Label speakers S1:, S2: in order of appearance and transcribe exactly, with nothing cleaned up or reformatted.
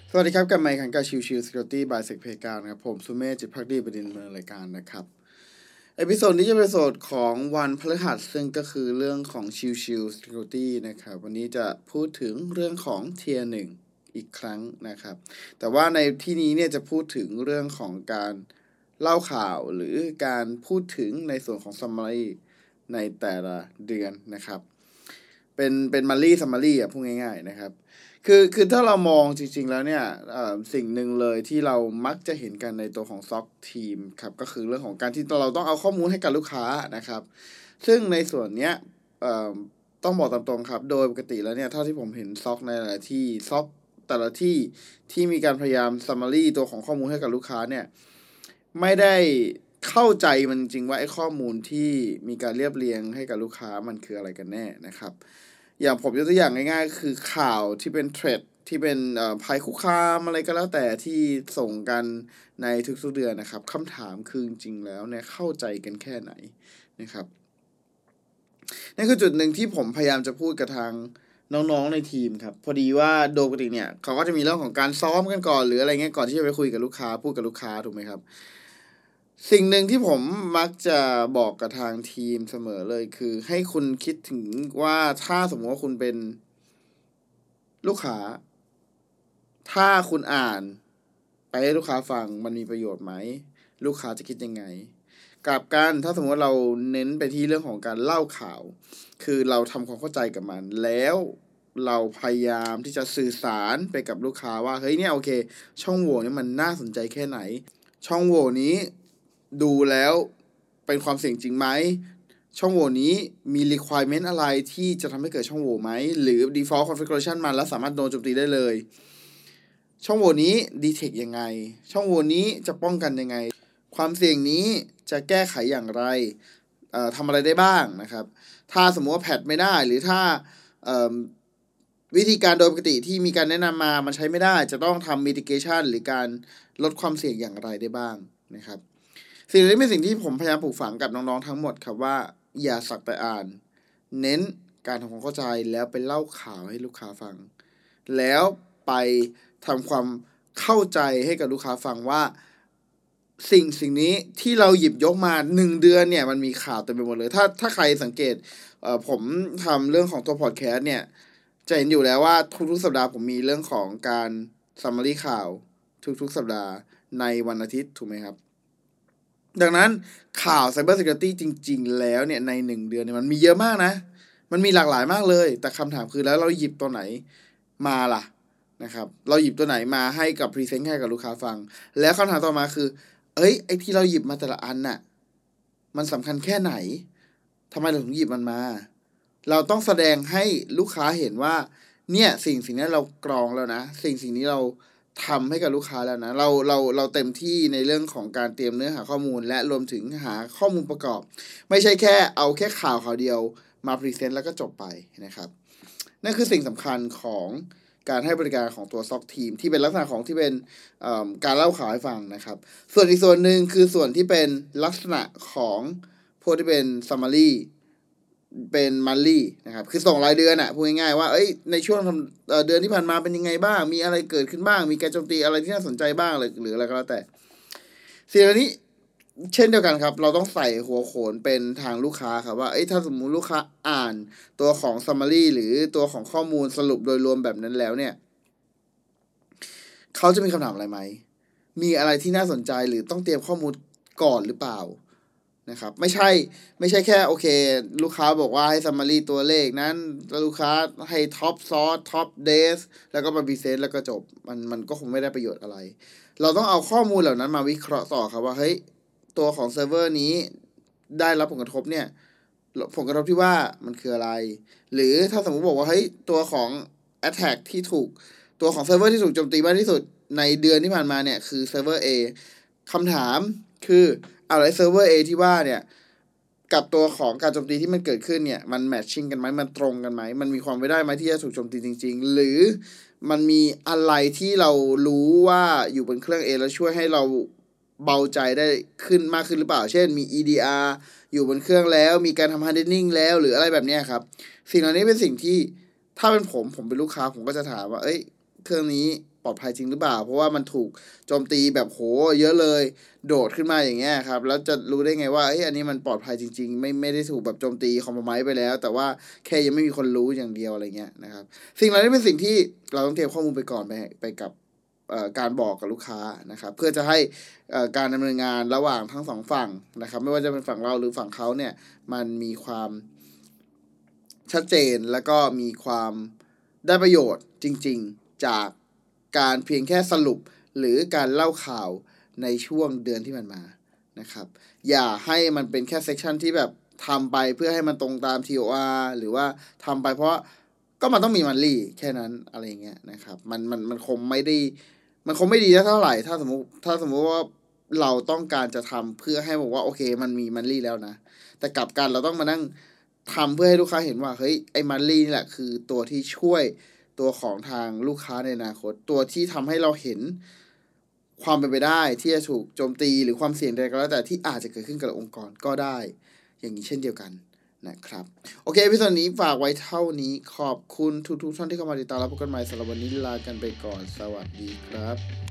S1: สวัสดีครับกับไมค์ขันกับชิวชิว Security by Sec เพการนะครับผมสุเมธจิตภักดีประเด็นเมืองรายการนะครับเอพิโซดนี้จะเป็นเอพิโซดของวันพฤหัสซึ่งก็คือเรื่องของชิวชิว Security นะครับวันนี้จะพูดถึงเรื่องของ Tier หนึ่งอีกครั้งนะครับแต่ว่าในที่นี้เนี่ยจะพูดถึงเรื่องของการเล่าข่าวหรือการพูดถึงในส่วนของ summary ในแต่ละเดือนนะครับเป็นเป็นมารีซัมมารีอ่ะพูดง่ายๆนะครับคือคือถ้าเรามองจริงๆแล้วเนี่ยสิ่งหนึ่งเลยที่เรามักจะเห็นกันในตัวของ ซี โอ ซี Team ครับก็คือเรื่องของการที่เราต้องเอาข้อมูลให้กับลูกค้านะครับซึ่งในส่วนเนี้ยต้องบอกตามตรงครับโดยปกติแล้วเนี่ยเท่าที่ผมเห็น ซี โอ ซี ในหลายที่ ซี โอ ซี แต่ละที่ที่มีการพยายาม summary ตัวของข้อมูลให้กับลูกค้าเนี่ยไม่ได้เข้าใจมันจริงว่าไอ้ข้อมูลที่มีการเรียบเรียงให้กับลูกค้ามันคืออะไรกันแน่นะครับอย่างผมยกตัวอย่างง่ายๆคือข่าวที่เป็นเทรดที่เป็นภัยคุกคามอะไรก็แล้วแต่ที่ส่งกันในทุกๆเดือนนะครับคำถามคือจริงๆแล้วเนี่ยเข้าใจกันแค่ไหนนะครับนั่นคือจุดหนึ่งที่ผมพยายามจะพูดกับทางน้องๆในทีมครับพอดีว่าโดยปกติเนี่ยเขาก็จะมีเรื่องของการซ้อมกันก่อนหรืออะไรเงี้ยก่อนที่จะไปคุยกับลูกค้าพูดกับลูกค้าถูกไหมครับสิ่งหนึ่งที่ผมมักจะบอกกับทางทีมเสมอเลยคือให้คุณคิดถึงว่าถ้าสมมติว่าคุณเป็นลูกค้าถ้าคุณอ่านไปให้ลูกค้าฟังมันมีประโยชน์ไหมลูกค้าจะคิดยังไงกลับกันถ้าสมมติว่าเราเน้นไปที่เรื่องของการเล่าข่าวคือเราทำความเข้าใจกับมันแล้วเราพยายามที่จะสื่อสารไปกับลูกค้าว่าเฮ้ยเนี่ยโอเคช่องโหว่นี้มันน่าสนใจแค่ไหนช่องโหว่นี้ดูแล้วเป็นความเสี่ยงจริงไหมช่องโหว่นี้มี requirement อะไรที่จะทำให้เกิดช่องโหว่ไหมหรือ default configuration มันแล้วสามารถโดนโจมตีได้เลยช่องโหว่นี้ detect ยังไงช่องโหว่นี้จะป้องกันยังไงความเสี่ยงนี้จะแก้ไขอย่างไรเอ่อทำอะไรได้บ้างนะครับถ้าสมมติว่าแพทไม่ได้หรือถ้าเอ่อวิธีการโดยปกติที่มีการแนะนำมามันใช้ไม่ได้จะต้องทำ mitigation หรือการลดความเสี่ยงอย่างไรได้บ้างนะครับสิ่งนี้เป็นสิ่งที่ผมพยายามปลูกฝังกับน้องๆทั้งหมดครับว่าอย่าสักแต่อ่านเน้นการทำความเข้าใจแล้วไปเล่าข่าวให้ลูกค้าฟังแล้วไปทำความเข้าใจให้กับลูกค้าฟังว่าสิ่งสิ่งนี้ที่เราหยิบยกมาหนึ่งเดือนเนี่ยมันมีข่าวเต็มไปหมดเลยถ้าถ้าใครสังเกตเอ่อผมทำเรื่องของตัวพอดแคสต์เนี่ยจะเห็นอยู่แล้วว่าทุกๆสัปดาห์ผมมีเรื่องของการซัมมารีข่าวทุกๆสัปดาห์ในวันอาทิตย์ถูกไหมครับดังนั้นข่าว Cyber Security จริงๆแล้วเนี่ยในหนึ่งเดือนเนี่ยมันมีเยอะมากนะมันมีหลากหลายมากเลยแต่คำถามคือแล้วเราหยิบตัวไหนมาล่ะนะครับเราหยิบตัวไหนมาให้กับพรีเซนต์ให้กับลูกค้าฟังแล้วคำถามต่อมาคือเอ้ยไอที่เราหยิบมาแต่ละอันน่ะมันสำคัญแค่ไหนทำไมเราถึงหยิบมันมาเราต้องแสดงให้ลูกค้าเห็นว่าเนี่ยสิ่งสิ่งนี้เรากรองแล้วนะสิ่งสิ่งนี้เราทำให้กับลูกค้าแล้วนะเราเราเราเต็มที่ในเรื่องของการเตรียมเนื้อหาข้อมูลและรวมถึงหาข้อมูลประกอบไม่ใช่แค่เอาแค่ข่าวข่าวเดียวมาพรีเซนต์แล้วก็จบไปนะครับนั่นคือสิ่งสำคัญของการให้บริการของตัว ซี โอ ซี Team ที่เป็นลักษณะของที่เป็นการเล่าข่าวให้ฟังนะครับส่วนอีกส่วนหนึ่งคือส่วนที่เป็นลักษณะของพวกที่เป็น summary เป็นมันลี่นะครับคือส่งรายเดือนอะพูดง่ายๆว่าเอ้ยในช่วงเดือนที่ผ่านมาเป็นยังไงบ้างมีอะไรเกิดขึ้นบ้างมีการโจมตีอะไรที่น่าสนใจบ้างหรือหรืออะไรก็แล้วแต่สิ่งเหล่านี้เช่นเดียวกันครับเราต้องใส่หัวโขนเป็นทางลูกค้าครับว่าเอ้ยถ้าสมมุติลูกค้าอ่านตัวของ summary หรือตัวของข้อมูลสรุปโดยรวมแบบนั้นแล้วเนี่ยเขาจะมีคำถามอะไรไหมมีอะไรที่น่าสนใจหรือต้องเตรียมข้อมูลก่อนหรือเปล่านะครับไม่ใช่ไม่ใช่แค่โอเคลูกค้าบอกว่าให้ summary ตัวเลขนั้นลูกค้าให้ top source top days แล้วก็มา present แล้วก็จบมันมันก็คงไม่ได้ประโยชน์อะไรเราต้องเอาข้อมูลเหล่านั้นมาวิเคราะห์ต่อครับว่าเฮ้ยตัวของเซิร์ฟเวอร์นี้ได้รับผลกระทบเนี่ยผลกระทบที่ว่ามันคืออะไรหรือถ้าสมมติบอกว่าเฮ้ยตัวของ attack ที่ถูกตัวของเซิร์ฟเวอร์ที่ถูกโจมตีมากที่สุดในเดือนที่ผ่านมาเนี่ยคือเซิร์ฟเวอร์ A คำถามคืออะไรเซิร์ฟเวอร์ A ที่ว่าเนี่ยกับตัวของการโจมตีที่มันเกิดขึ้นเนี่ยมันแมทชิ่งกันไหมมันตรงกันไหมมันมีความไปได้ไหมที่จะถูกโจมตีจริงๆหรือมันมีอะไรที่เรารู้ว่าอยู่บนเครื่อง A แล้วช่วยให้เราเบาใจได้ขึ้นมากขึ้นหรือเปล่าเช่นมี อี ดี อาร์ อยู่บนเครื่องแล้วมีการทำ hardening แล้วหรืออะไรแบบนี้ครับสิ่งเหล่านี้เป็นสิ่งที่ถ้าเป็นผมผมเป็นลูกค้าผมก็จะถามว่าเอ้ยเครื่องนี้ปลอดภัยจริงหรือเปล่าเพราะว่ามันถูกโจมตีแบบโหเยอะเลยโดดขึ้นมาอย่างเงี้ยครับแล้วจะรู้ได้ไงว่าเอ้ยอันนี้มันปลอดภัยจริงๆไม่ไม่ได้ถูกแบบโจมตีคอมโพไมซ์ไปแล้วแต่ว่าแค่ยังไม่มีคนรู้อย่างเดียวอะไรเงี้ยนะครับสิ่งเหล่านี้เป็นสิ่งที่เราต้องเตรียมข้อมูลไปก่อนไปไปกับการบอกกับลูกค้านะครับเพื่อจะให้การดำเนินงานระหว่างทั้งสองฝั่งนะครับไม่ว่าจะเป็นฝั่งเราหรือฝั่งเขาเนี่ยมันมีความชัดเจนแล้วก็มีความได้ประโยชน์จริงๆจากการเพียงแค่สรุปหรือการเล่าข่าวในช่วงเดือนที่มันมานะครับอย่าให้มันเป็นแค่เซกชันที่แบบทำไปเพื่อให้มันตรงตาม ที โอ อาร์ หรือว่าทำไปเพราะก็มันต้องมีมันลี่แค่นั้นอะไรเงี้ยนะครับมันมันมันคงไม่ได้มันคงไม่ดีเท่าไหร่ถ้าสมมติถ้าสมมติว่าเราต้องการจะทำเพื่อให้บอกว่าโอเคมันมีมันลี่แล้วนะแต่กลับกันเราต้องมานั่งทำเพื่อให้ลูกค้าเห็นว่าเฮ้ยไอ้มันลี่นี่แหละคือตัวที่ช่วยตัวของทางลูกค้าในอนาคตตัวที่ทำให้เราเห็นความเป็นไปได้ที่จะถูกโจมตีหรือความเสี่ยงใดก็แล้วแต่ที่อาจจะเกิดขึ้นกับองค์กรก็ได้อย่างนี้เช่นเดียวกันนะครับโอเคพิธีนี้ฝากไว้เท่านี้ขอบคุณทุกๆท่านที่เข้ามาติดตามรับชมกันใหม่สำหรับวันนี้ลากันไปก่อนสวัสดีครับ